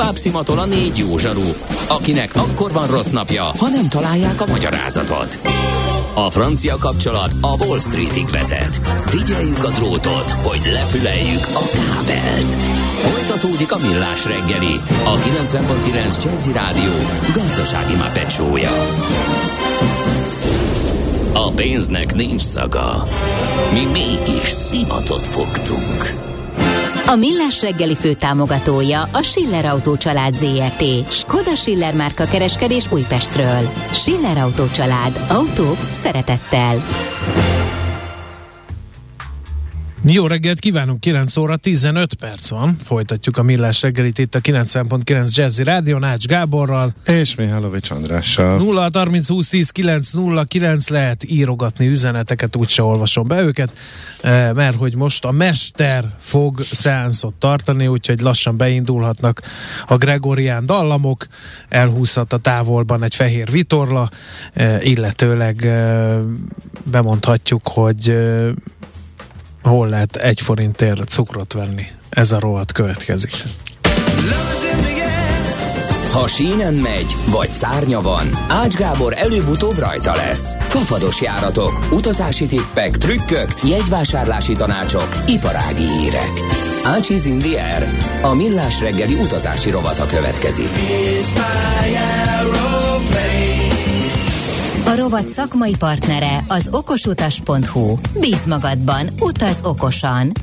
tovább szimatol a 4 jó zsaru, akinek akkor van rossz napja, ha nem találják a magyarázatot. A francia kapcsolat a Wall Streetig vezet. Figyeljük a drótot, hogy lefüleljük a kábelt. Folytatódik a Millás reggeli, a 90.9 Jazzy Rádió gazdasági Muppet show-ja. A pénznek nincs szaga. Mi mégis szimatot fogtunk. A Millás reggeli főtámogatója a Schiller Autó család ZRT. Skoda Schiller márka kereskedés Újpestről. Schiller Autó család. Autók szeretettel. Jó reggelt kívánunk, 9 óra 15 perc van. Folytatjuk a Millás reggelit itt a 90.9 Jazzy Rádión, Ács Gáborral. És Mihálovics Andrással. 0 30 20 10 909 lehet írogatni üzeneteket, úgyse olvasom be őket, mert hogy most a Mester fog szeánszot tartani, úgyhogy lassan beindulhatnak a gregorián dallamok, elhúzhat a távolban egy fehér vitorla, illetőleg bemondhatjuk, hogy hol lehet 1 forintért cukrot venni. Ez a rovat következik. Ha sínen megy, vagy szárnya van, Ács Gábor előbb-utóbb rajta lesz. Fafados járatok, utazási tippek, trükkök, jegyvásárlási tanácsok, iparági hírek. Ácsiz in the air. A Millás reggeli utazási rovata következik. A rovat szakmai partnere az okosutas.hu. Bízd magadban, utaz okosan!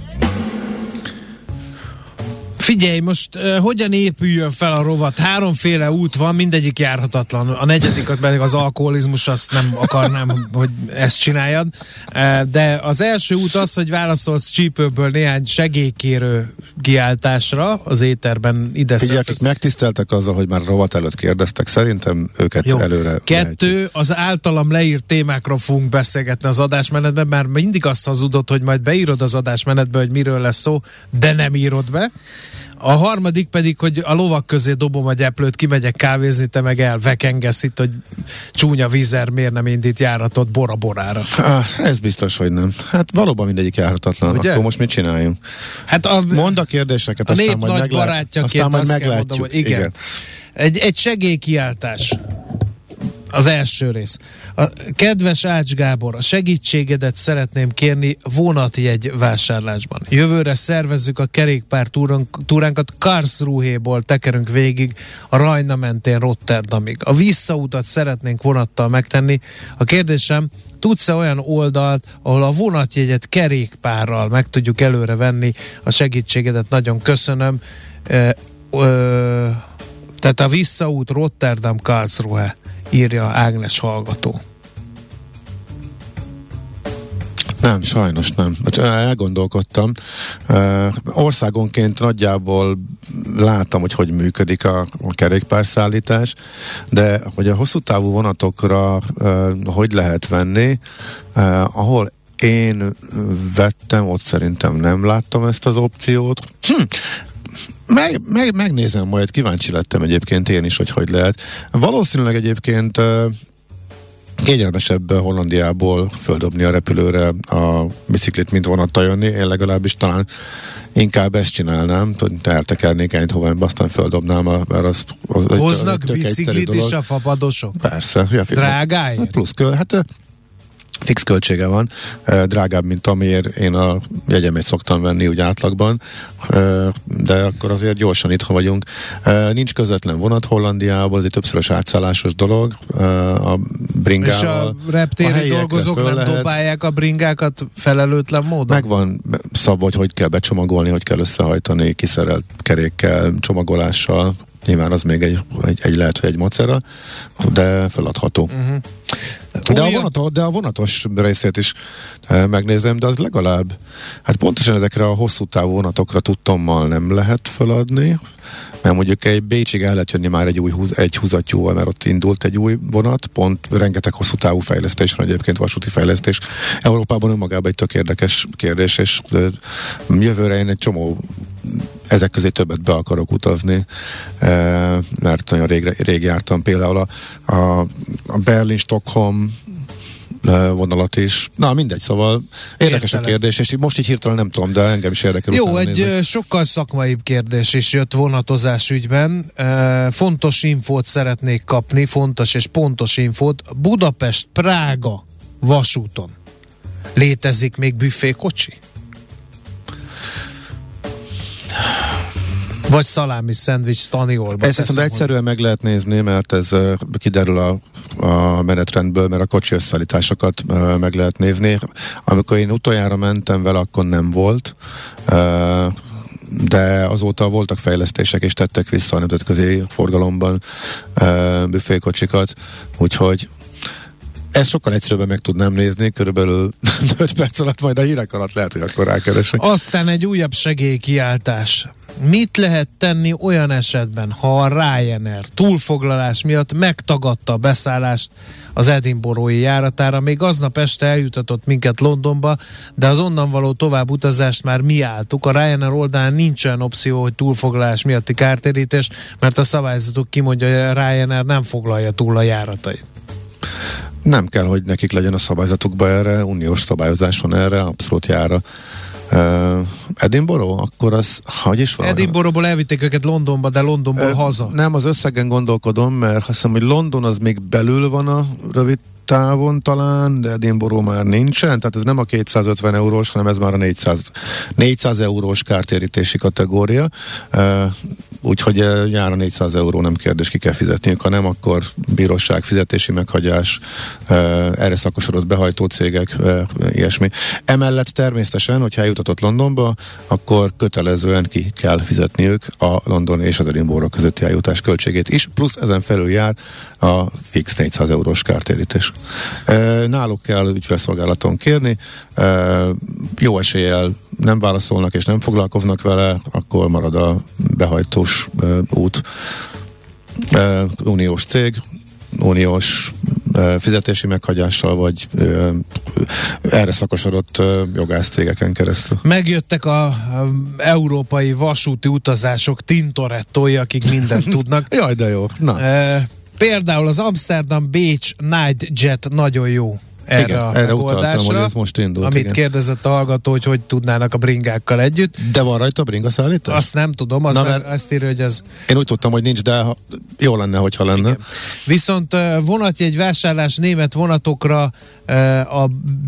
Figyelj, most hogyan épüljön fel a rovat? 3 féle út van, mindegyik járhatatlan. A 4. pedig az alkoholizmus, azt nem akarnám, hogy ezt csináljad. De az első út az, hogy válaszolsz csípőből néhány segélykérő kiáltásra az éterben ide. Figyelj, akik megtiszteltek azzal, hogy már rovat előtt kérdeztek, szerintem őket jó. Előre 2, lehetjük. az általam leírt témákra fogunk beszélgetni az adásmenetben, mert mindig azt hazudod, hogy majd beírod az adásmenetbe, hogy miről lesz szó, de nem írod be. A 3. pedig, hogy a lovak közé dobom a gyeplőt, kimegyek kávézni, te meg elvekengesz itt, hogy csúnya vízer miért nem indít járatot Bora-Borára. Ez biztos, hogy nem. Hát valóban mindegyik járhatatlan. Ugye? Akkor most mit csináljunk? Hát mondd a kérdéseket, a aztán nép majd nagy barátjaként azt kell mondom, hogy igen. Egy segélykiáltás. Az első rész. Kedves Ács Gábor, a segítségedet szeretném kérni vonatjegy vásárlásban. Jövőre szervezzük a kerékpár túránkat, Karlsruhéból tekerünk végig a Rajna mentén Rotterdamig. A visszautat szeretnénk vonattal megtenni. A kérdésem, tudsz-e olyan oldalt, ahol a vonatjegyet kerékpárral meg tudjuk előre venni? A segítségedet nagyon köszönöm. Tehát a visszaút Rotterdam-Karlsruhe, írja Ágnes hallgató. Nem, sajnos nem. Elgondolkodtam. Országonként nagyjából láttam, hogy működik a kerékpárszállítás, de hogy a hosszú távú vonatokra hogy lehet venni, ahol én vettem, ott szerintem nem láttam ezt az opciót. Megnézem majd, kíváncsi lettem egyébként én is, hogy lehet. Valószínűleg egyébként kényelmesebb Hollandiából földobni a repülőre a biciklit, mint vonattal jönni. Én legalábbis talán inkább ezt csinálnám, hogy eltekernék Eindhovenbe, aztán földobnám, mert az hoznak biciklit is a fapadosok? Persze. Drágáért? Plusz fix költsége van, drágább, mint amiért én a jegyemet szoktam venni úgy átlagban, de akkor azért gyorsan itthon vagyunk. Nincs közvetlen vonat Hollandiából, ez egy többszörös átszállásos dolog, a bringával. És a reptéri dolgozók nem dobálják a bringákat felelőtlen módon? Megvan szabva, hogy kell becsomagolni, hogy kell összehajtani, kiszerelt kerékkel, csomagolással. Nyilván az még egy lehet, hogy egy macera, de feladható. De a vonatos részét is megnézem, de az legalább, hát pontosan ezekre a hosszú távú vonatokra tudtommal nem lehet feladni, mert mondjuk egy Bécsig el lehet jönni már egy húzattyúval, mert ott indult egy új vonat, pont rengeteg hosszú távú fejlesztés van egyébként, vasúti fejlesztés. Európában önmagában egy tök érdekes kérdés, és jövőre én egy csomó ezek közé többet be akarok utazni, mert nagyon rég jártam. Például a Berlin-Stockholm vonalat is. Na, mindegy, szóval érdekes a kérdés, és most így hirtelen nem tudom, de engem is érdekel. Jó, egy sokkal szakmaibb kérdés is jött vonatozás ügyben. Fontos infót szeretnék kapni, fontos és pontos infót. Budapest-Prága vasúton létezik még büfékocsi? Vagy szalámi szendvics Staniolba? Ezt hiszem, egyszerűen meg lehet nézni, mert ez kiderül a menetrendből, mert a kocsi összeállításokat meg lehet nézni. Amikor én utoljára mentem vele, akkor nem volt, de azóta voltak fejlesztések, és tettek vissza a nemzetközi forgalomban büfékocsikat, úgyhogy ezt sokkal egyszerűbben meg tudnám nézni, körülbelül 5 perc alatt, majd a hírek alatt lehet, hogy akkor rákeresek. Aztán egy újabb segélykiáltás. Mit lehet tenni olyan esetben, ha a Ryanair túlfoglalás miatt megtagadta a beszállást az edinburghi járatára? Még aznap este eljutatott minket Londonba, de az onnan való tovább utazást már mi álltuk. A Ryanair oldalán nincs olyan opció, hogy túlfoglalás miatti kártérítés, mert a szabályzatuk kimondja, hogy a Ryanair nem foglalja túl a járatait. Nem kell, hogy nekik legyen a szabályzatukban erre, uniós szabályozás van erre, abszolút jár. Edinburgh? Akkor az, hogy is van? Edinburghból elvitték őket Londonba, de Londonból haza. Nem, az összegen gondolkodom, mert azt hiszem, hogy London az még belül van a rövid távon talán, de Edinburgh már nincsen, tehát ez nem a 250 eurós, hanem ez már a 400 eurós kártérítési kategória, úgyhogy jár a 400 euró, nem kérdés, ki kell fizetniük, ha nem, akkor bíróság, fizetési meghagyás, erre szakosodott behajtó cégek, ilyesmi. Emellett természetesen, hogyha eljutatott Londonba, akkor kötelezően ki kell fizetniük a London és az Edinburgh közötti eljutás költségét is, plusz ezen felül jár a fix 400 eurós kártérítés. Náluk kell ügyfélszolgálaton kérni, jó eséllyel nem válaszolnak és nem foglalkoznak vele, akkor marad a behajtós út. Uniós cég, uniós fizetési meghagyással, vagy erre szakosodott jogászcégeken keresztül. Megjöttek a európai vasúti utazások Tintorettói, akik mindent tudnak. Jaj, de jó. Na. Például az Amsterdam-Bécs Nightjet nagyon jó erre megoldásra, hogy ez most indult, amit igen. Kérdezett a hallgató, hogy tudnának a bringákkal együtt. De van rajta bringaszállítás? Azt nem tudom, azt írja, hogy ez... Én úgy tudtam, hogy nincs, de jó lenne, hogyha lenne. Igen. Viszont vonatjegy vásárlás német vonatokra a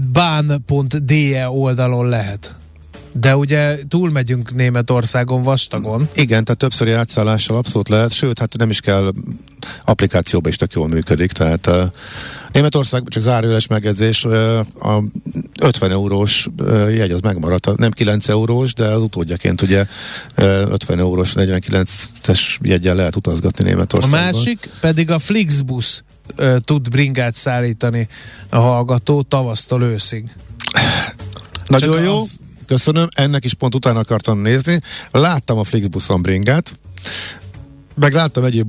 bahn.de oldalon lehet. De ugye túlmegyünk Németországon vastagon. Igen, tehát többszöri átszállással abszolút lehet, sőt, hát nem is kell, applikációba is tök jól működik, tehát Németország, csak zárójeles megjegyzés, a 50 eurós jegy az megmaradt, nem 9 eurós, de az utódjaként ugye 50 eurós, 49-es jeggyel lehet utazgatni Németországban. A másik pedig a Flixbus tud bringát szállítani a hallgató tavasztól őszig. Nagyon csak jó. Köszönöm, ennek is pont utána akartam nézni. Láttam a Flixbuson bringát, meg láttam egyéb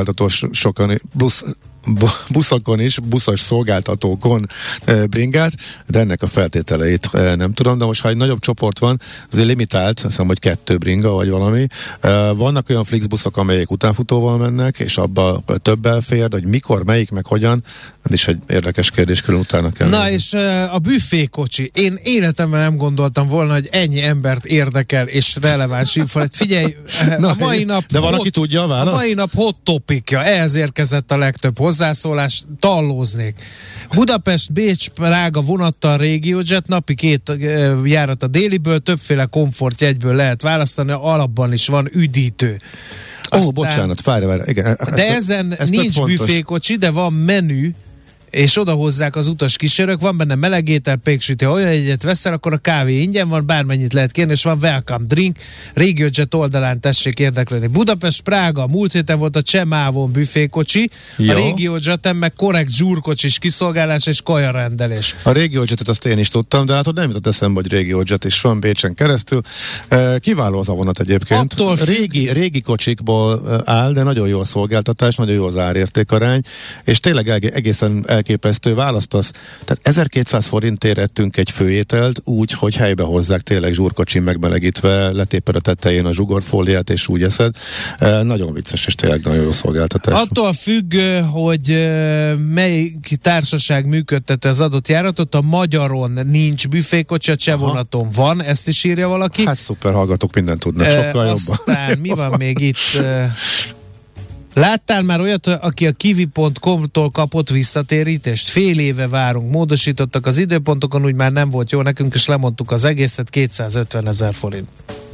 buszokon is, buszos szolgáltatókon bringát, de ennek a feltételeit nem tudom, de most ha egy nagyobb csoport van, azért limitált, azt hiszem, hogy 2 bringa, vagy valami. Vannak olyan Flixbuszok, amelyek utánfutóval mennek, és abba több elfér, de hogy mikor, melyik, meg hogyan, ez is egy érdekes kérdés, külön utána kell. Na és a büfékocsi. Én életemben nem gondoltam volna, hogy ennyi embert érdekel, és releváns info. Figyelj, a mai nap... De valaki tudja a választ? A mai nap hot topicja, ehhez érkezett a legtöbb hozzászólás, tallóznék. Budapest, Bécs, Prága vonattal RegioJet, napi 2 járat a déliből, többféle komfortjegyből lehet választani, alapban is van üdítő. Bocsánat, várj, igen. De ezen nincs büfékocsi, de van menü, és odahozzák az utas kísérők, van benne melegétel, péksüti, ha olyan egyet veszel, akkor a kávé ingyen van, bármennyit lehet kérni, és van welcome drink, RegioJet oldalán tessék érdeklődni. Budapest, Prága, múlt héten volt a Csemávon büfékocsi, a RegioJeten meg korrekt zsúrkocsis kiszolgálás és kajarendelés. A RegioJetet azt én is tudtam, de hát nem jutott eszembe, hogy RegioJet is van Bécsen keresztül. Kiváló az a vonat egyébként. Régi kocsikból áll, de nagyon jó a szolgáltatás, nagyon jó az árértékarány, és tényleg egészen elképesztő, választasz. Tehát 1200 forintért ettünk egy főételt úgy, hogy helybe hozzák tényleg zsúrkocsin megmelegítve, letéped a tetején a zsugorfóliát és úgy eszed. Nagyon vicces és tényleg nagyon jó szolgáltatás. Attól függ, hogy melyik társaság működtette az adott járatot, a Magyaron nincs büfékocsi, a Csehvonaton van, ezt is írja valaki. Hát szuper, hallgatók mindent tudnak, sokkal jobban. Aztán mi van még itt? Láttál már olyat, aki a kiwi.com-tól kapott visszatérítést? Fél éve várunk, módosítottak az időpontokon, úgy már nem volt jó nekünk, és lemondtuk az egészet, 250 000 forint.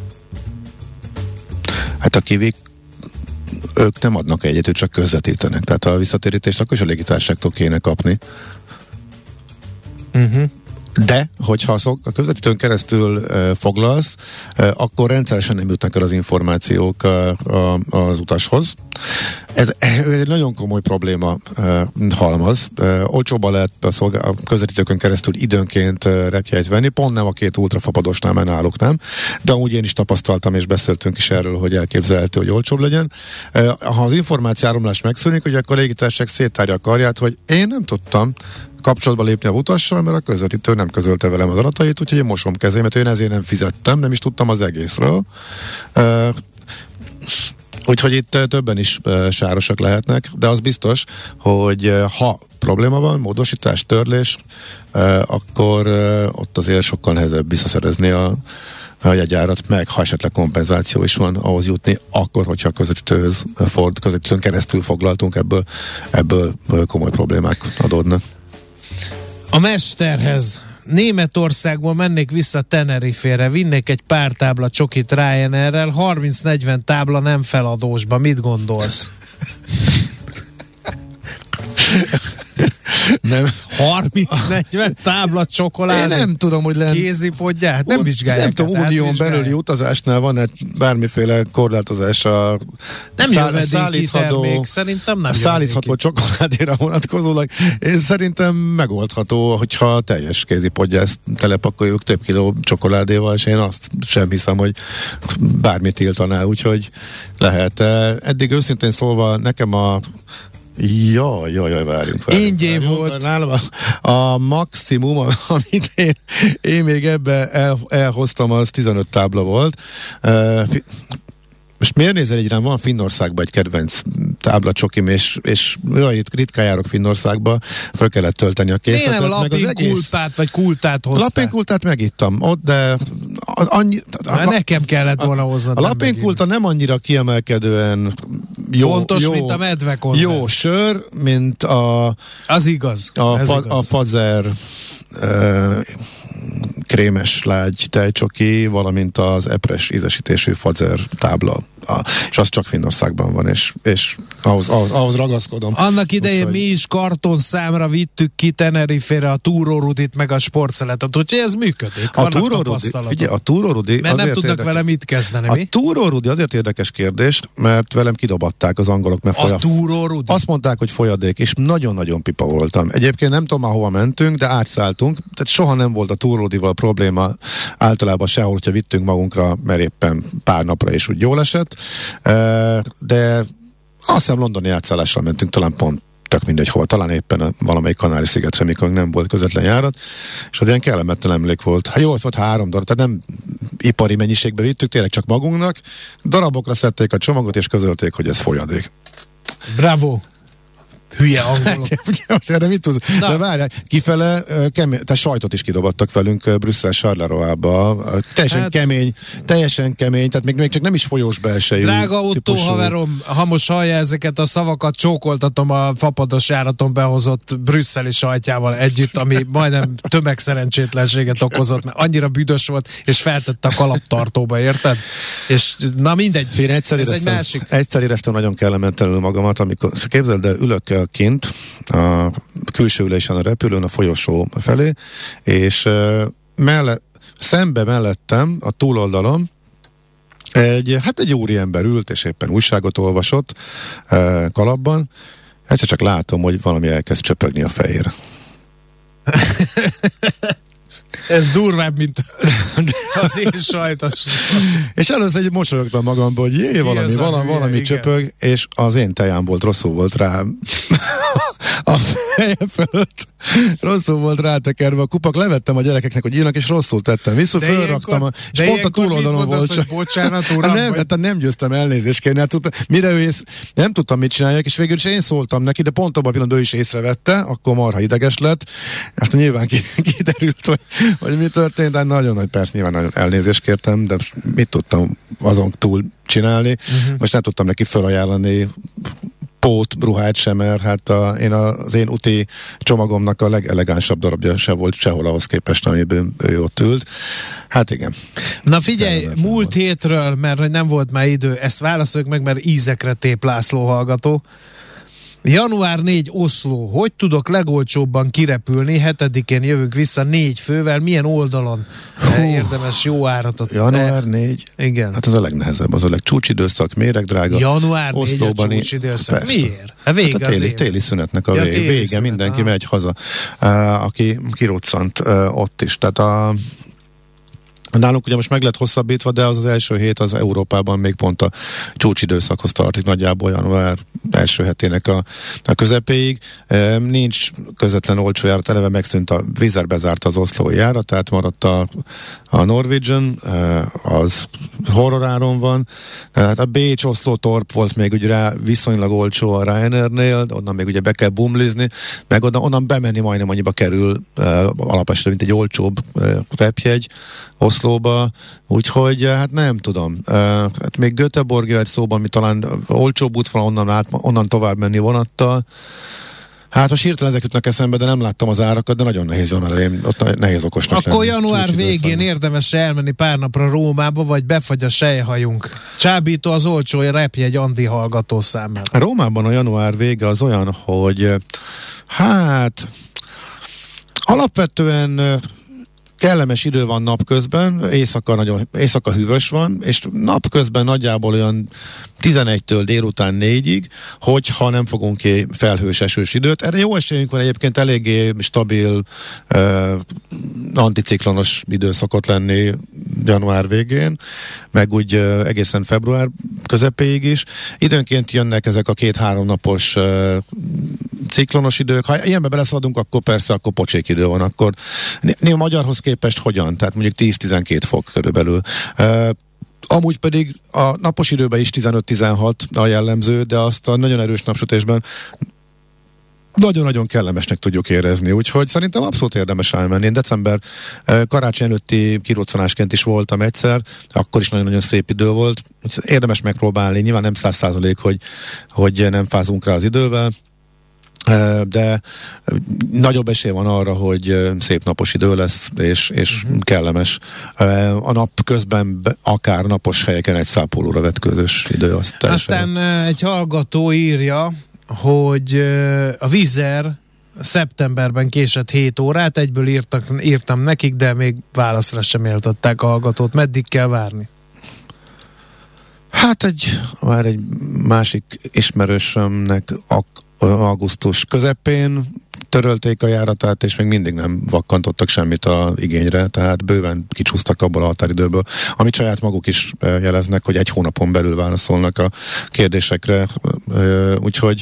Hát a Kiwi, ők nem adnak egyet, ők csak közvetítenek. Tehát a visszatérítést akkor is a légitársaságtól kéne kapni. De, hogyha a közvetítőn keresztül foglalsz, akkor rendszeresen nem jutnak el az információk az utashoz. Ez egy nagyon komoly probléma halmaz. Olcsóban lehet a közvetítőkön keresztül időnként repjegyet venni, pont nem a 2 ultrafapadosnál, mert náluk nem, de amúgy én is tapasztaltam, és beszéltünk is erről, hogy elképzelhető, hogy olcsóbb legyen. Ha az információáramlás megszűnik, ugye akkor a légitársaság széttárja a karját, hogy én nem tudtam kapcsolatba lépni a utassal, mert a közvetítő nem közölte velem az adatait, úgyhogy én mosom kezémet, én ezért nem fizettem, nem is tudtam az egészről. Úgyhogy itt többen is sárosak lehetnek, de az biztos, hogy ha probléma van, módosítás, törlés, akkor ott azért sokkal nehezebb visszaszerezni a jegyárat, meg ha esetleg kompenzáció is van, ahhoz jutni, akkor, hogyha a közvetítőn keresztül foglaltunk, ebből komoly problémák adódnak. A mesterhez. Németországból mennék vissza Tenerifére, vinnék egy pár tábla csokit Ryanairrel, 30-40 tábla nem feladósba. Mit gondolsz? Nem. 30-40 tábla csokoládé. Én nem tudom, hogy lehet. Kézipodját? Hát nem vizsgálják. Nem tudom, unión belüli utazásnál van bármiféle korlátozás a nem jövedéki termék, szerintem nem szállítható csokoládéra vonatkozólag. Én szerintem megoldható, hogyha teljes kézipodját telepakoljuk több kiló csokoládéval, és én azt sem hiszem, hogy bármit tiltaná, úgyhogy lehet. Eddig őszintén szólva nekem Jaj, várjunk. Ingyé volt. A maximum, amit én még ebbe elhoztam, az 15 tábla volt. Most miért nézel így rám? Van Finnországban egy kedvenc táblacsokim, és itt ritkán járok Finnországba, fel kellett tölteni a készletet. Miért nem lapinkultát vagy kultát hoztál? Lapinkultát megittam ott, de nekem kellett volna hozni. A lapinkulta nem annyira kiemelkedően jó. Fontos, mint a medvekonzerv. Jó sör, mint az igaz. A Fazer krémes lágy tejcsoki, valamint az epres ízesítésű Fazer tábla. És az csak Finnországban van, és ahhoz ragaszkodom. Annak idején mi is kartonszámra vittük ki Tenerifére a túrórudit meg a sportszeletet, úgyhogy ez működik. A túrórudi mert nem tudnak vele mit kezdeni, mi? A túrórudi azért érdekes kérdés, mert velem kidobatták az angolok, mert a túrórudi? Azt mondták, hogy folyadék, és nagyon-nagyon pipa voltam. Egyébként nem tudom már hova mentünk, de átszálltunk, tehát soha nem volt a túrórudival probléma, általában sehol, hogyha vittünk magunkra, mert éppen pár napra is úgy jól esett, de azt hiszem londoni átszállással mentünk, talán pont tök mindegy hova, talán éppen valamelyik Kanári-szigetre, mikor nem volt közvetlen járat, és az ilyen kellemetlen emlék volt. Hát jó, volt 3 darab, tehát nem ipari mennyiségbe vittük, tényleg csak magunknak, darabokra szedték a csomagot, és közölték, hogy ez folyadék. Bravo! Hülye angolok. Most erre mit tudsz? De várjál, kifele tehát sajtot is kidobadtak velünk Brüsszel Charleroi-ba. Teljesen kemény, tehát még csak nem is folyós belsejű. Drága Otto haverom, ha most hallja ezeket a szavakat, csókoltatom a fapados járaton behozott brüsszeli sajtjával együtt, ami majdnem tömegszerencsétlenséget okozott, mert annyira büdös volt, és feltette a kalaptartóba, érted? És na mindegy, egyszer éreztem nagyon kellemetlenül magamat, amikor képzeld, de ülök kint a külső ülésen a repülőn a folyosó felé, és szembe mellettem a túloldalon egy úriember ült, és éppen újságot olvasott kalapban. Egyszer csak látom, hogy valami elkezd csöpögni a fejére. Ez durvább, mint Az én sajtos. És először egy mosolyogtam magamból, hogy valami csöpög, és az én tejám volt, rosszul volt rá a feje fölött. Rosszul volt rátekerve a kupak, levettem a gyerekeknek, hogy írnak, és rosszul tettem. Vissza fölraktam, és pont a túloldalon volt. Csak bocsánat, uram, nem győztem elnézést kérni. Mire ő nem tudtam, mit csináljak, és végül is én szóltam neki, de pont abban a pillanatban ő is észrevette, akkor marha ideges lett. Aztán nyilván kiderült, hogy mi történt, de nagyon nagy, persze nyilván nagyon elnézést kértem, de mit tudtam azon túl csinálni. Most nem tudtam neki felajánlani ruhát sem, mert hát az én úti csomagomnak a legelegánsabb darabja se volt sehol ahhoz képest, amiben ő ott ült. Hát igen. Na figyelj, múlt hétről, mert hogy nem volt már idő, ezt válaszoljuk meg, mert ízekre tép László hallgató. Január 4 Oszló. Hogy tudok legolcsóbban kirepülni? 7-én jövök vissza 4 fővel. Milyen oldalon érdemes jó áratot? Január 4? Igen. Hát az a legnehezebb, az a legcsúcsidőszak, méregdrága. Január 4 a csúcsidőszak. Miért? Vége hát a téli szünetnek a vége. Mindenki megy haza, aki kiruccant ott is. Tehát nálunk ugye most meg lett hosszabbítva, de az első hét az Európában még pont a csúcsidőszakhoz tartik, nagyjából január első hetének a közepéig. Nincs közvetlen olcsó járat, eleve megszűnt a Wizz Air, bezárta az oszlói járat, tehát maradt a Norwegian, az horroráron van. Tehát a Bécs-Oszló Torp volt még ugye rá viszonylag olcsó a Ryanairnél, onnan még ugye be kell bumlizni, meg onnan bemenni majdnem annyiba kerül alapesetben, mint egy olcsóbb repjegy Oszlóba, úgyhogy hát nem tudom. Hát még Göteborgja egy szóban, ami talán olcsóbb út van onnan tovább menni vonattal. Hát most hirtelen ezek jutnak eszembe, de nem láttam az árakat, de nagyon nehéz január elején, ott nehéz okosnak lenni. Akkor január végén érdemes elmenni pár napra Rómába, vagy befagy a sejhajunk. Csábító az olcsó repjegy Andi hallgató számára. Rómában a január vége az olyan, hogy hát alapvetően kellemes idő van napközben, éjszaka hűvös van, és napközben nagyjából olyan 11-től délután 4-ig, hogyha nem fogunk ki felhős esős időt. Erre jó esélyünk van, egyébként eléggé stabil anticiklonos idő szokott lenni január végén, meg úgy egészen február közepéig is. Időnként jönnek ezek a 2-3 napos ciklonos idők. Ha ilyenbe beleszaladunk, akkor persze, akkor pocsék idő van. Akkor a magyarhoz képest hogyan? Tehát mondjuk 10-12 fok körülbelül. Amúgy pedig a napos időben is 15-16 a jellemző, de azt a nagyon erős napsütésben nagyon-nagyon kellemesnek tudjuk érezni, úgyhogy szerintem abszolút érdemes elmenni. Én december karácsony előtti kiruccanásként is voltam egyszer, akkor is nagyon-nagyon szép idő volt, érdemes megpróbálni, nyilván nem 100%, hogy nem fázunk rá az idővel, de nagyobb esély van arra, hogy szép napos idő lesz, és kellemes. A nap közben akár napos helyeken egy szápolóra vetközös idő. Aztán egy hallgató írja, hogy a Wizz Air szeptemberben késett 7 órát, egyből írtam nekik, de még válaszra sem éltettek a hallgatót. Meddig kell várni? Hát már egy másik ismerősömnek augusztus közepén törölték a járatát, és még mindig nem vakkantottak semmit a igényre, tehát bőven kicsúsztak abból a határidőből, amit saját maguk is jeleznek, hogy 1 hónapon belül válaszolnak a kérdésekre, úgyhogy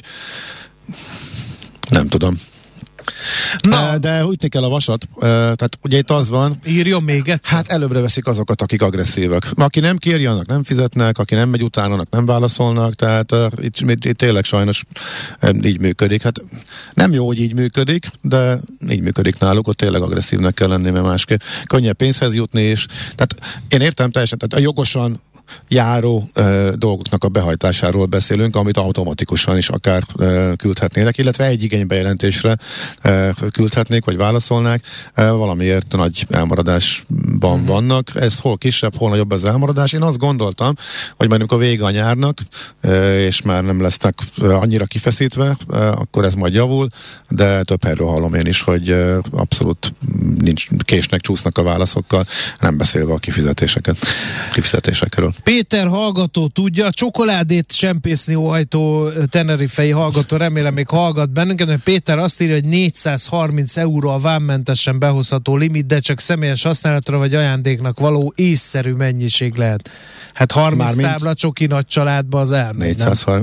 nem tudom. De ütni kell a vasat, tehát ugye itt az van. Írjon még egyszer. Hát előbbre veszik azokat, akik agresszívek. Aki nem kéri, annak nem fizetnek, aki nem megy utána, annak nem válaszolnak, tehát itt tényleg sajnos így működik. Hát nem jó, hogy így működik, de így működik náluk, ott tényleg agresszívnek kell lenni, mert másképp könnyebb pénzhez jutni, és tehát én értem teljesen, tehát a jogosan járó dolgoknak a behajtásáról beszélünk, amit automatikusan is akár küldhetnének, illetve egy igénybejelentésre küldhetnék, vagy válaszolnák, valamiért nagy elmaradásban vannak. Ez hol kisebb, hol nagyobb az elmaradás. Én azt gondoltam, hogy majd amikor vége a nyárnak, és már nem lesznek annyira kifeszítve, akkor ez majd javul, de több helyről hallom én is, hogy abszolút késnek, csúsznak a válaszokkal, nem beszélve a kifizetésekről. Péter hallgató tudja, a csokoládét csempészni óhajtó tenerifei hallgató, remélem még hallgat bennünket, mert Péter azt írja, hogy 430 euró a vámmentesen behozható limit, de csak személyes használatra vagy ajándéknak való észszerű mennyiség lehet. Hát 30 tábla csoki nagy családba az elmegy,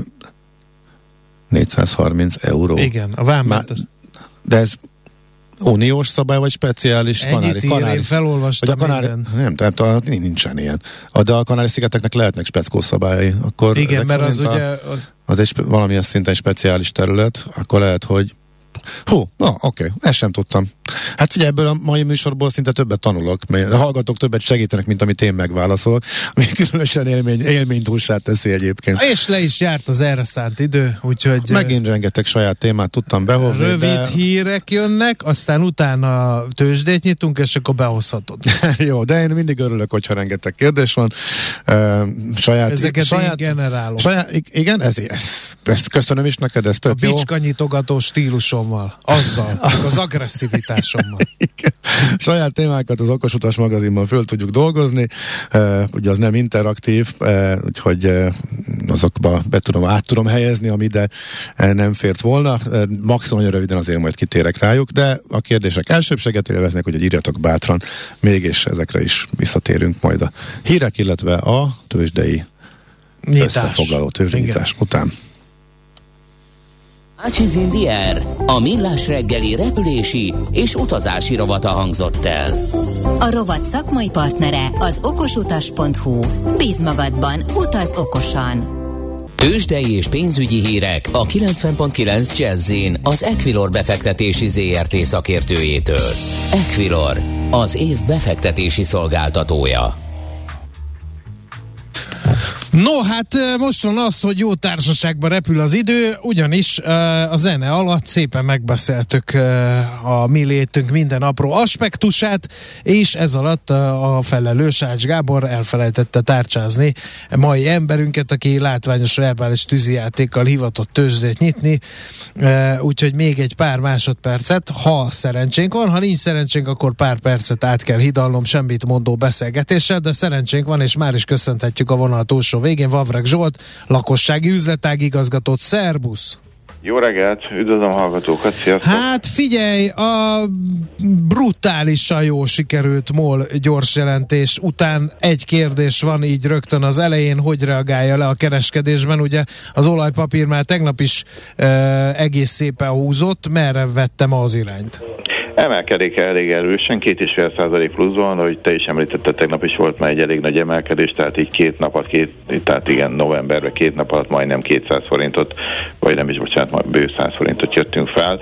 430 euró. Igen, a vámmentes. De ez uniós szabály, vagy speciális Kanári? Én felolvastam nem, tehát nincsen ilyen. De a Kanári-szigeteknek lehetnek speckó szabályai. Akkor igen, mert az ugye... Az egy valamilyen szinten speciális terület, akkor lehet, hogy oké, ezt sem tudtam. Hát figyelj, ebből a mai műsorból szinte többet tanulok, mert a hallgatók többet segítenek, mint amit én megválaszolok, ami különösen élménytúlsát teszi egyébként. És le is járt az erre szánt idő, úgyhogy... Megint rengeteg saját témát tudtam behozni. Rövid hírek jönnek, aztán utána tőzsdét nyitunk, és akkor behozhatod. Jó, de én mindig örülök, hogyha rengeteg kérdés van. Ezeket én generálom. Igen, ezt köszönöm is neked, ez tök jó. A bicskanyitogató stílusommal. Azzal, az agresszivitásommal. Saját témákat az Okosutas magazinban föl tudjuk dolgozni, ugye az nem interaktív, úgyhogy azokba át tudom helyezni, ami ide nem fért volna. Maximum röviden azért majd kitérek rájuk, de a kérdések elsőbséget élveznek, hogy írjatok bátran, mégis ezekre is visszatérünk majd a hírek, illetve a tőzsdei összefoglaló tőzsdenyítás után. Ácsiz Indier, a millás reggeli repülési és utazási rovata hangzott el. A rovat szakmai partnere az okosutas.hu. Bízz magadban, utaz okosan! Tőzsdei és pénzügyi hírek a 90.9 Jazz-in az Equilor befektetési ZRT szakértőjétől. Equilor, az év befektetési szolgáltatója. No, hát most van az, hogy jó társaságban repül az idő, ugyanis a zene alatt szépen megbeszéltük a mi létünk minden apró aspektusát, és ez alatt a felelős Ács Gábor elfelejtette tárcsázni mai emberünket, aki látványos verbális tűzijátékkal hivatott tőzsdét nyitni, úgyhogy még egy pár másodpercet, ha szerencsénk van, ha nincs szerencsénk, akkor pár percet át kell hidalnom semmit mondó beszélgetéssel, de szerencsénk van, és már is köszönhetjük a vonal túlsó végén Vavreg Zsolt, lakossági üzletág igazgatót. Szerbusz! Jó reggelt, üdvözlöm a hallgatókat, sziasztok! Hát figyelj, a brutálisan jó sikerült MOL gyors jelentés után egy kérdés van így rögtön az elején, hogy reagálja le a kereskedésben, ugye az olajpapír már tegnap is egész szépen húzott, merre vettem az irányt? Emelkedik elég erősen, 2,5% pluszban, ahogy te is említetted, tegnap is volt már egy elég nagy emelkedés, tehát így novemberben 2 nap alatt majdnem 200 forintot, vagy nem is, bocsánat, bő 100 forintot jöttünk fel.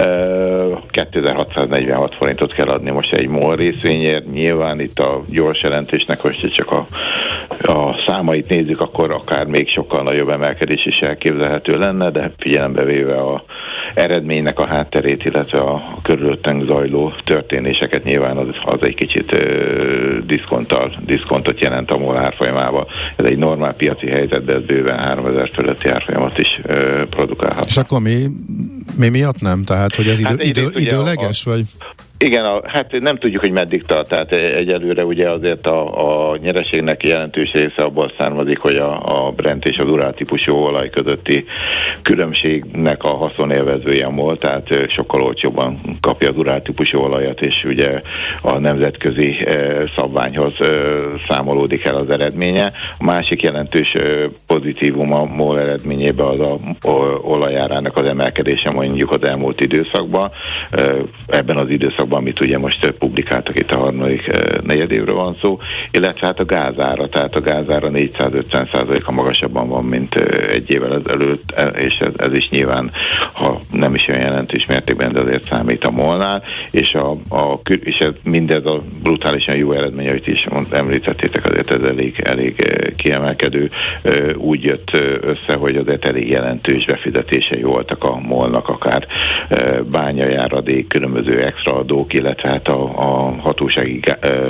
2646 forintot kell adni most egy MOL részvényért. Nyilván itt a gyors jelentésnek, hogy csak a számait nézzük, akkor akár még sokkal nagyobb emelkedés is elképzelhető lenne, de figyelembe véve a eredménynek a hátterét, illetve a körülöttünk zajló történéseket, nyilván az egy kicsit diszkontot jelent a MOL árfolyamával. Ez egy normál piaci helyzet, de ez bőven 3000 fölötti árfolyamat is produkálhat. És akkor mi miatt nem? Tehát, hogy ez időleges, vagy? Igen, hát nem tudjuk, hogy meddig tart, tehát egyelőre ugye azért a nyereségnek jelentős része abból származik, hogy a Brent és az Urál típusú olaj közötti különbségnek a haszonélvezője MOL, tehát sokkal olcsóbban kapja az Urál típusú olajat, és ugye a nemzetközi szabványhoz számolódik el az eredménye. A másik jelentős pozitívum a MOL eredményében az a olajárának az emelkedése mondjuk az elmúlt időszakban. Ebben az időszakban, amit ugye most publikáltak, itt a harmadik negyedévről van szó, illetve hát a gázára, tehát a gázára 450%-a magasabban van, mint egy évvel ezelőtt, és ez is nyilván, ha nem is olyan jelentős mértékben, de azért számít a MOL-nál, és mindez a brutálisan jó eredmény, amit is említettétek, azért ez elég kiemelkedő, úgy jött össze, hogy azért elég jelentős befizetései voltak a MOL-nak, akár bányajáradék, különböző extraadó, adók, illetve hát a hatósági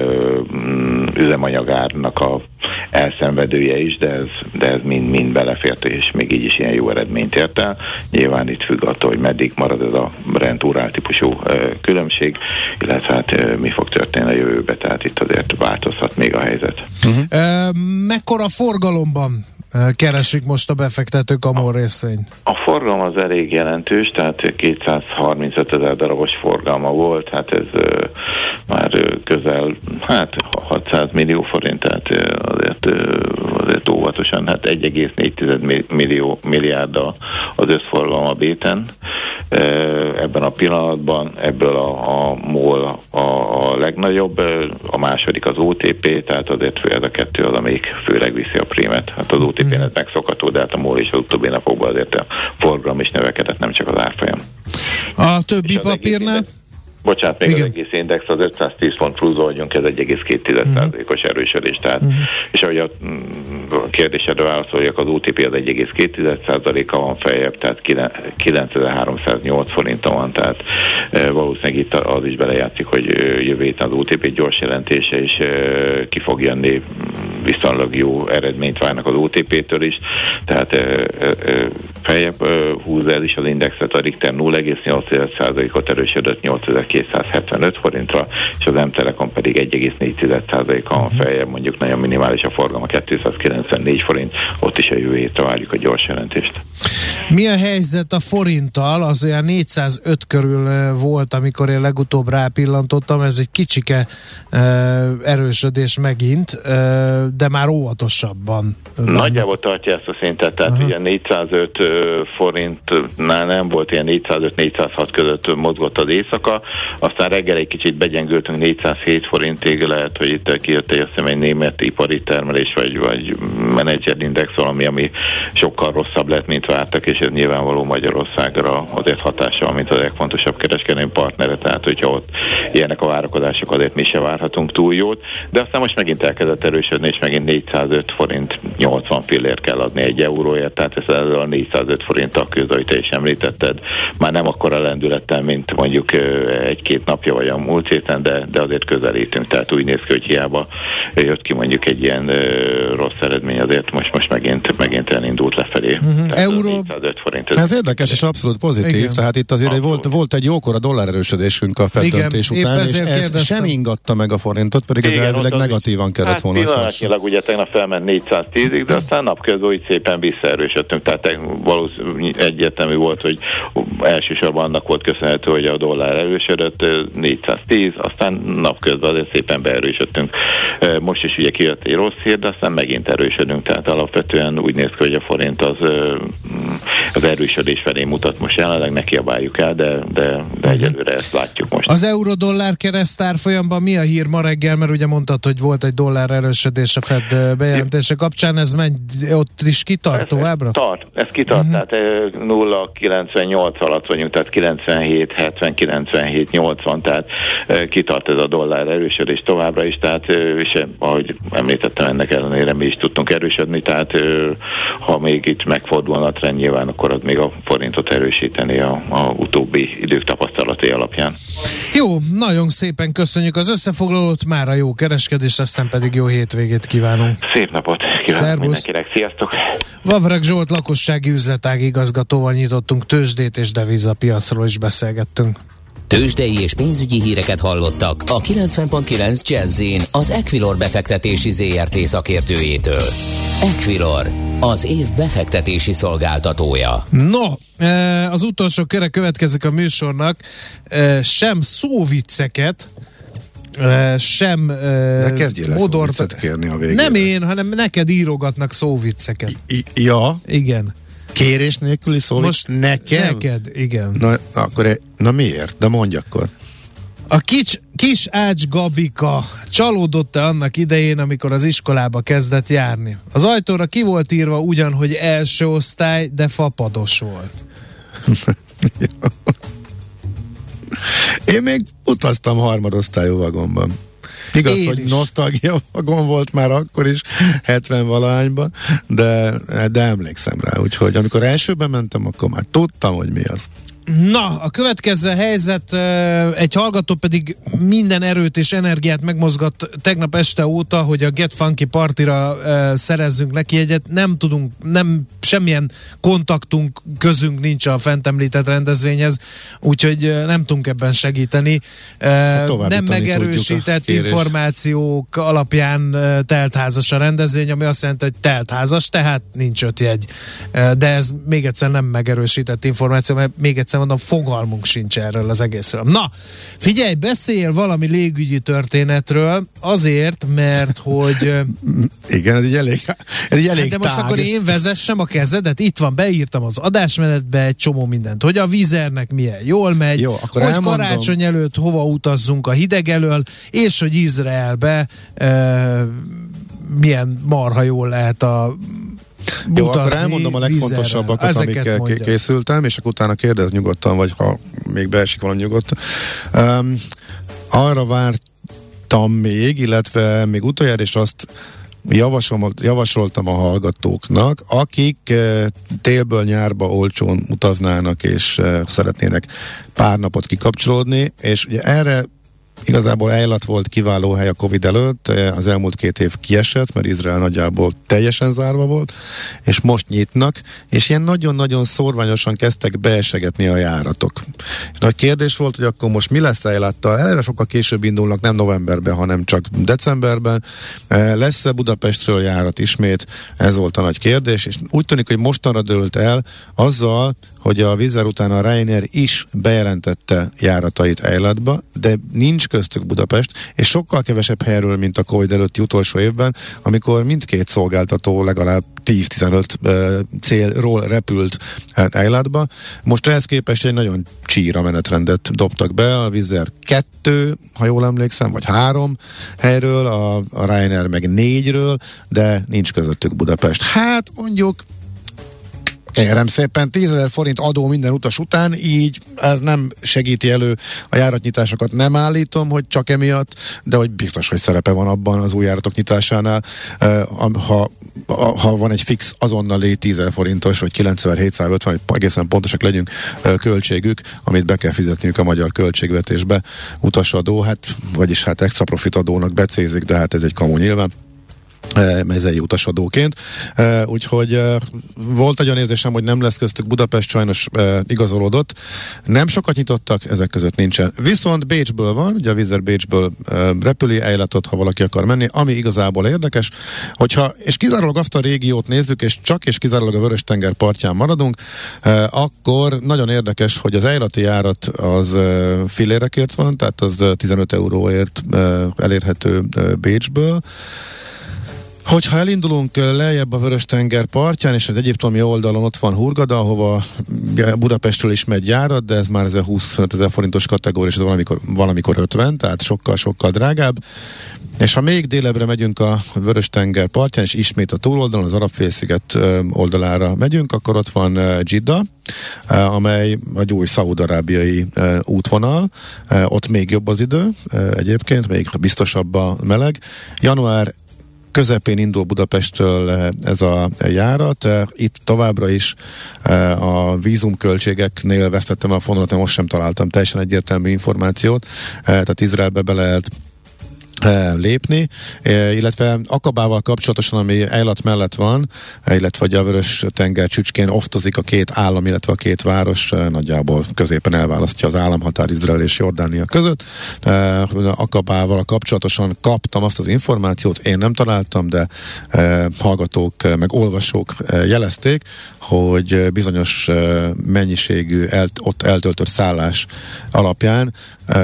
üzemanyagárnak a elszenvedője is, de ez mind belefért, és még így is ilyen jó eredményt ért el. Nyilván itt függ attól, hogy meddig marad ez a Brent-Urál típusú különbség, illetve hát mi fog történni a jövőbe, tehát itt azért változhat még a helyzet. Mekkora forgalomban keresik most a befektetők a MOL részvényt? A forgalom az elég jelentős, tehát 235 000 darabos forgalma volt, hát ez már közel 600 millió forint, tehát azért óvatosan, hát 1,4 milliárd az összforgalom a Béten. Ebben a pillanatban ebből a MOL a legnagyobb, a második az OTP, tehát azért ez a kettő az, amelyik főleg viszi a prímet. Hát az OTP-nek megszokható, de hát a MOL is az utóbbi napokban azért a forgalom is növekedett, nem csak az árfolyam. A többi papírnál? Bocsánat, még igen. Az egész index az 510 pont pluszba vagyunk, ez 1,2%-os erősödés. Tehát, és ahogy a kérdésedre válaszoljak, az OTP az 1,2%-a van feljebb, tehát 9308 forinton van, tehát valószínűleg itt az is belejátszik, hogy jövő héten az OTP gyors jelentése, és ki fog jönni, viszonylag jó eredményt várnak az OTP-től is, tehát feljebb húzza el is az indexet, a Richter 0,8%-ot erősödött 8275 forintra, és az M-Telekom pedig 1,4%-on feljebb, mondjuk nagyon minimális a forgalma, 294 forint, ott is a jövő hétre várjuk a gyors jelentést. Mi a helyzet a forinttal? Az olyan 405 körül volt, amikor én legutóbb rápillantottam, ez egy kicsike erősödés megint, de már óvatosabban. Nagyjából tartja ezt a szintet, tehát ugye 405 forintnál nem volt, ilyen 405-406 között mozgott az éjszaka, aztán reggel egy kicsit begyengültünk 407 forintig, lehet, hogy itt kijött egy német ipari termelés, vagy menedzserindex valami, ami sokkal rosszabb lett, mint vártak, és ez nyilvánvaló Magyarországra azért hatással, mint a legfontosabb kereskedelmi partnere, tehát hogyha ott ilyenek a várakozások, azért mi se várhatunk túl jót, de aztán most megint elkezdett erősödni, és megint 405 forint 80 fillért kell adni egy euróért, tehát ez a 405 forinttal küzd, ahogy te is említetted, már nem akkora lendülettel, mint mondjuk egy-két napja vagy a múlt héten, de azért közelítünk, tehát úgy néz ki, hogy hiába jött ki mondjuk egy ilyen rossz eredmény, azért most megint elindult lefelé. Euró. Ez érdekes és abszolút pozitív, igen. Tehát itt azért volt egy jókora dollárerősödésünk a Fed döntés után, és ez sem ingatta meg a forintot, pedig ez elvileg negatívan kellett volna. Pillanatnyilag ugye tegnap felment 410-ig, de aztán napközben úgy szépen visszaerősödtünk, tehát valószínűleg egyértelmű volt, hogy elsősorban annak volt köszönhető, hogy a dollár erősödött 410, aztán napközben azért szépen beerősödtünk. Most is ugye kijött egy rossz hír, de aztán megint erősödünk, tehát alapvetően úgy néz ki, hogy a forint az erősödés felé mutat most jelenleg, ne kiabáljuk el, de egyelőre ezt látjuk most. Az euró-dollár keresztárfolyamban mi a hír ma reggel, mert ugye mondtad, hogy volt egy dollár erősödés a Fed bejelentése kapcsán, ez ott is kitart továbbra? Ez kitart, tehát 0,98 alatt vagyunk, tehát 97, 70, 97, 80, tehát kitart ez a dollár erősödés továbbra is, tehát és ahogy említettem, ennek ellenére mi is tudtunk erősödni, tehát ha még itt megfordulna a trend, nyilván akkor az még a forintot erősíteni a utóbbi idők tapasztalatai alapján. Jó, nagyon szépen köszönjük az összefoglalót, mára jó kereskedés, aztán pedig jó hétvégét kívánunk. Szép napot kívánok mindenkinek, sziasztok! Vavreg Zsolt lakossági üzletág igazgatóval nyitottunk tőzsdét és devizapiacról is beszélgettünk. Tőzsdei és pénzügyi híreket hallottak a 90.9 Jazz-in az Equilor befektetési ZRT szakértőjétől. Equilor, az év befektetési szolgáltatója. No, az utolsó köre következik a műsornak. Sem szóvicceket, sem ne kezdjél szóviccet kérni a végére. Nem én, hanem neked írogatnak szóvicceket. Ja? Igen. Kérés nélküli szólít? Most neked, igen. Na, akkor, miért? De mondj akkor. A kis Ács Gabika csalódott-e annak idején, amikor az iskolába kezdett járni? Az ajtóra ki volt írva ugyan, hogy első osztály, de fapados volt. Én még utaztam harmadosztályú vagonban. Igaz, én hogy is. Nosztalgia vagon volt már akkor is, 70-valahányban, de emlékszem rá, úgyhogy amikor elsőben mentem, akkor már tudtam, hogy mi az. Na, a következő helyzet, egy hallgató pedig minden erőt és energiát megmozgat tegnap este óta, hogy a Get Funky partira szerezzünk neki egyet. Nem tudunk, semmilyen kontaktunk, közünk nincs a fent említett rendezvényhez, úgyhogy nem tudunk ebben segíteni. Nem megerősített információk alapján teltházas a rendezvény, ami azt jelenti, hogy teltházas, tehát nincs 5 jegy. De ez még egyszer nem megerősített információ, mert még egyszer mondom, fogalmunk sincs erről az egészről. Na, figyelj, beszéljél valami légügyi történetről, azért, mert hogy... Igen, ez így elég de most tág. akkor én vezessem a kezedet, itt van, beírtam az adásmenetbe egy csomó mindent, hogy a Vizernek milyen jól megy, jó, akkor hogy elmondom. Karácsony előtt hova utazzunk a hideg elől, és hogy Izraelbe milyen marha jól lehet a jó, akkor elmondom a legfontosabbakat, amikkel készültem, és akkor utána kérdezz nyugodtan, vagy ha még beesik valami nyugodtan. Arra vártam még, illetve még utoljára is azt javasoltam a hallgatóknak, akik télből nyárba olcsón utaznának, és szeretnének pár napot kikapcsolódni, és ugye erre igazából Eilat volt kiváló hely a Covid előtt, az elmúlt 2 év kiesett, mert Izrael nagyjából teljesen zárva volt, és most nyitnak, és ilyen nagyon-nagyon szorványosan kezdtek beesegetni a járatok. És nagy kérdés volt, hogy akkor most mi lesz Eilattal? Eleve sokkal később indulnak, nem novemberben, hanem csak decemberben. Lesz-e Budapestről járat ismét? Ez volt a nagy kérdés, és úgy tűnik, hogy mostanra dőlt el azzal, hogy a Wizz Air után a Ryanair is bejelentette járatait Eilatba, de nincs köztük Budapest, és sokkal kevesebb helyről, mint a Covid előtti utolsó évben, amikor mindkét szolgáltató legalább 10-15 célról repült Eilatba. Most ehhez képest egy nagyon csíra menetrendet dobtak be, a Wizz Air 2, ha jól emlékszem, vagy 3 helyről, a Ryanair meg 4-ről, de nincs közöttük Budapest. Hát mondjuk kérem szépen, 10 000 forint adó minden utas után, így ez nem segíti elő a járatnyitásokat, nem állítom, hogy csak emiatt, de hogy biztos, hogy szerepe van abban az új járatok nyitásánál, ha van egy fix azonnali 10 000 forintos, vagy 9750, hogy egészen pontosak legyünk, költségük, amit be kell fizetniük a magyar költségvetésbe, utasadó, vagyis extra profit adónak becézik, de hát ez egy kamu nyilván. Mezei utasadóként. Úgyhogy volt egy olyan érzésem, hogy nem lesz köztük Budapest, sajnos igazolódott. Nem sokat nyitottak, ezek között nincsen. Viszont Bécsből van, ugye a Wizz Air Bécsből repüli Eilatot, ha valaki akar menni, ami igazából érdekes, és kizárólag azt a régiót nézzük, és csak és kizárólag a Vörös-tenger partján maradunk, akkor nagyon érdekes, hogy az eilati járat az fillérekért van, tehát az 15 euróért elérhető Bécsből. Hogyha elindulunk lejjebb a Vörös-tenger partján, és az egyiptomi oldalon ott van Hurgada, ahova Budapestről is megy járat, de ez már 25 000 forintos kategória, és valamikor 50, tehát sokkal drágább. És ha még délebbre megyünk a Vörös-tenger partján, és ismét a túloldalon, az Arab-félsziget oldalára megyünk, akkor ott van Jeddah, amely egy új szaúd-arábiai útvonal. Ott még jobb az idő egyébként, még biztosabb a meleg. Január közepén indul Budapesttől ez a járat. Itt továbbra is a vízumköltségeknél vesztettem a fonalat, most sem találtam teljesen egyértelmű információt. Tehát Izraelbe be lehet lépni, illetve Akabával kapcsolatosan, ami Eilat mellett van, illetve a Vörös-tenger csücskén osztozik a 2 állam, illetve a 2 város, nagyjából középen elválasztja az államhatár Izrael és Jordánia között. Akabával kapcsolatosan kaptam azt az információt, én nem találtam, de hallgatók meg olvasók jelezték, hogy bizonyos mennyiségű ott eltöltött szállás alapján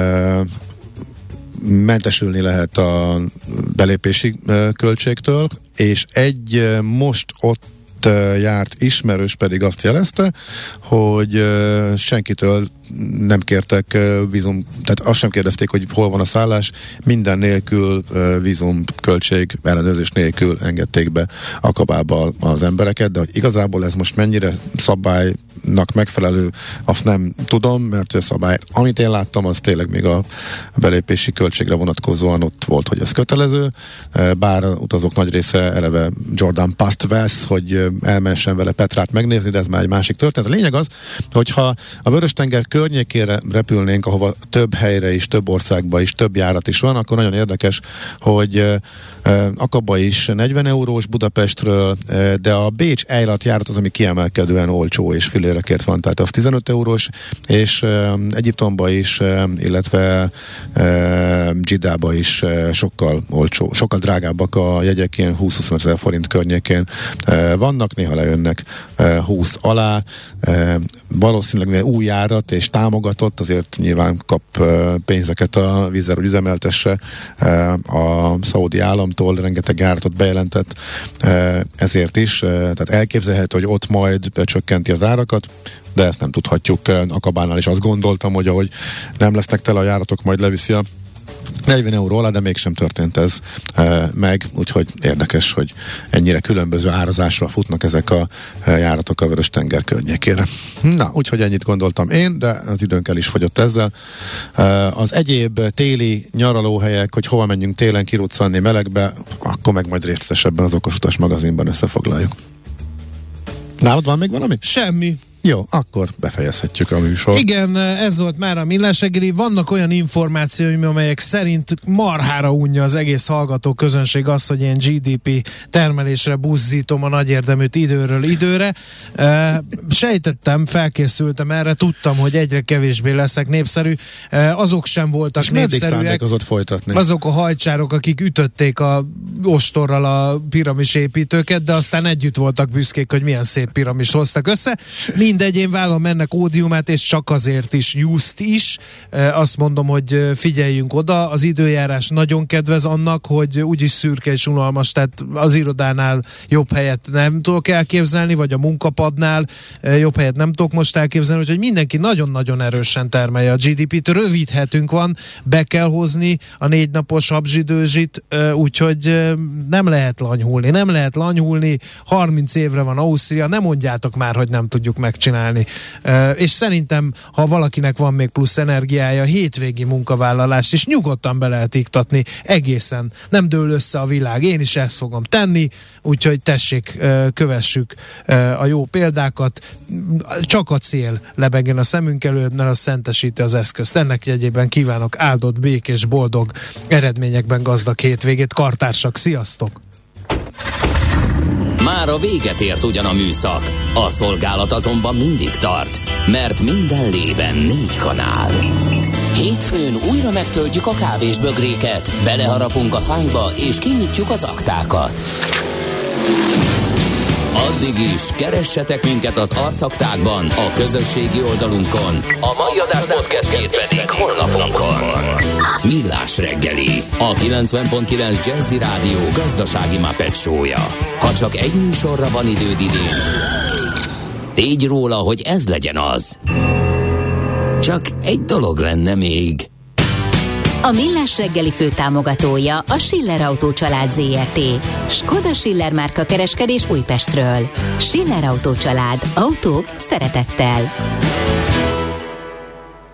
mentesülni lehet a belépési költségtől, és egy most ott járt ismerős pedig azt jelezte, hogy senkitől nem kértek vízum, tehát azt sem kérdezték, hogy hol van a szállás, minden nélkül vízum költség ellenőrzés nélkül engedték be Akabába az embereket, de hogy igazából ez most mennyire szabály, megfelelő, azt nem tudom, mert a szabály, amit én láttam, az tényleg még a belépési költségre vonatkozóan ott volt, hogy ez kötelező, bár utazók nagy része eleve Jordan Pass-t vesz, hogy elmessen vele Petrát megnézni, de ez már egy másik történet. A lényeg az, hogyha a Vörös-tenger környékére repülnénk, ahova több helyre is, több országba is, több járat is van, akkor nagyon érdekes, hogy Akaba is 40 eurós Budapestről, de a Bécs-Eilat járat az, ami kiemelkedően olcsó és filérekért van, tehát az 15 eurós, és Egyiptomba is, illetve Dzsidába is sokkal olcsó, sokkal drágábbak a jegyek, ilyen 20-25 ezer forint környékén vannak, néha lejönnek 20 alá, valószínűleg új járat és támogatott, azért nyilván kap pénzeket a Wizz Air, hogy üzemeltesse a szaudi államtól, rengeteg járatot bejelentett ezért is, tehát elképzelhető, hogy ott majd becsökkenti az árakat, de ezt nem tudhatjuk. Akabánál is azt gondoltam, hogy ahogy nem lesznek tele a járatok, majd leviszi a 40 euró alá, de mégsem történt ez meg, úgyhogy érdekes, hogy ennyire különböző árazásra futnak ezek a járatok a Vörös-tenger környékére. Na, úgyhogy ennyit gondoltam én, de az időnk el is fogyott ezzel. Az egyéb téli nyaralóhelyek, hogy hova menjünk télen kiruccanni melegbe, akkor meg majd részletesebben az Okos Utas magazinban összefoglaljuk. Nálad van még valami? Semmi. Jó, akkor befejezhetjük a műsort. Igen, ez volt már a Millás reggeli. Vannak olyan információim, amelyek szerint marhára unja az egész hallgató közönség az, hogy én GDP termelésre buzdítom a nagy érdeműt időről időre. Sejtettem, felkészültem erre, tudtam, hogy egyre kevésbé leszek népszerű. Azok sem voltak és népszerűek. Folytatni? Azok a hajcsárok, akik ütötték a ostorral a piramis építőket, de aztán együtt voltak büszkék, hogy milyen szép piramis hoztak össze. Mindegy, én vállalom ennek ódiumát, és csak azért is, just is. Azt mondom, hogy figyeljünk oda. Az időjárás nagyon kedvez annak, hogy úgyis szürke és unalmas, tehát az irodánál jobb helyet nem tudok elképzelni, vagy a munkapadnál jobb helyet nem tudok most elképzelni, úgyhogy mindenki nagyon-nagyon erősen termelje a GDP-t. Rövid hetünk van, be kell hozni a 4 napos habzsidőzsit, úgyhogy nem lehet lanyhulni, 30 évre van Ausztria, nem mondjátok már, hogy nem tudjuk megcsinálni. És szerintem, ha valakinek van még plusz energiája, hétvégi munkavállalást is nyugodtan be lehet iktatni egészen. Nem dől össze a világ. Én is ezt fogom tenni, úgyhogy tessék, kövessük a jó példákat. Csak a cél lebegjen a szemünk előtt, mert az szentesíti az eszközt. Ennek jegyében kívánok áldott, békés, boldog, eredményekben gazdag hétvégét. Kartársak, sziasztok! Már a véget ért ugyan a műszak, a szolgálat azonban mindig tart, mert minden lében 4 kanál. Hétfőn újra megtöltjük a kávésbögréket, beleharapunk a fányba és kinyitjuk az aktákat. Addig is keressetek minket az arcaktákban, a közösségi oldalunkon. A mai adás podcastjét pedig honlapunkon. Millás reggeli, a 90.9 Jazzy Rádió gazdasági Muppet show-ja. Ha csak egy műsorra van időd idén, tégy róla, hogy ez legyen az. Csak egy dolog lenne még. A Millás reggeli főtámogatója a Schiller Autó család ZRT. Skoda Schiller márka kereskedés Újpestről. Schiller Autó család. Autók szeretettel.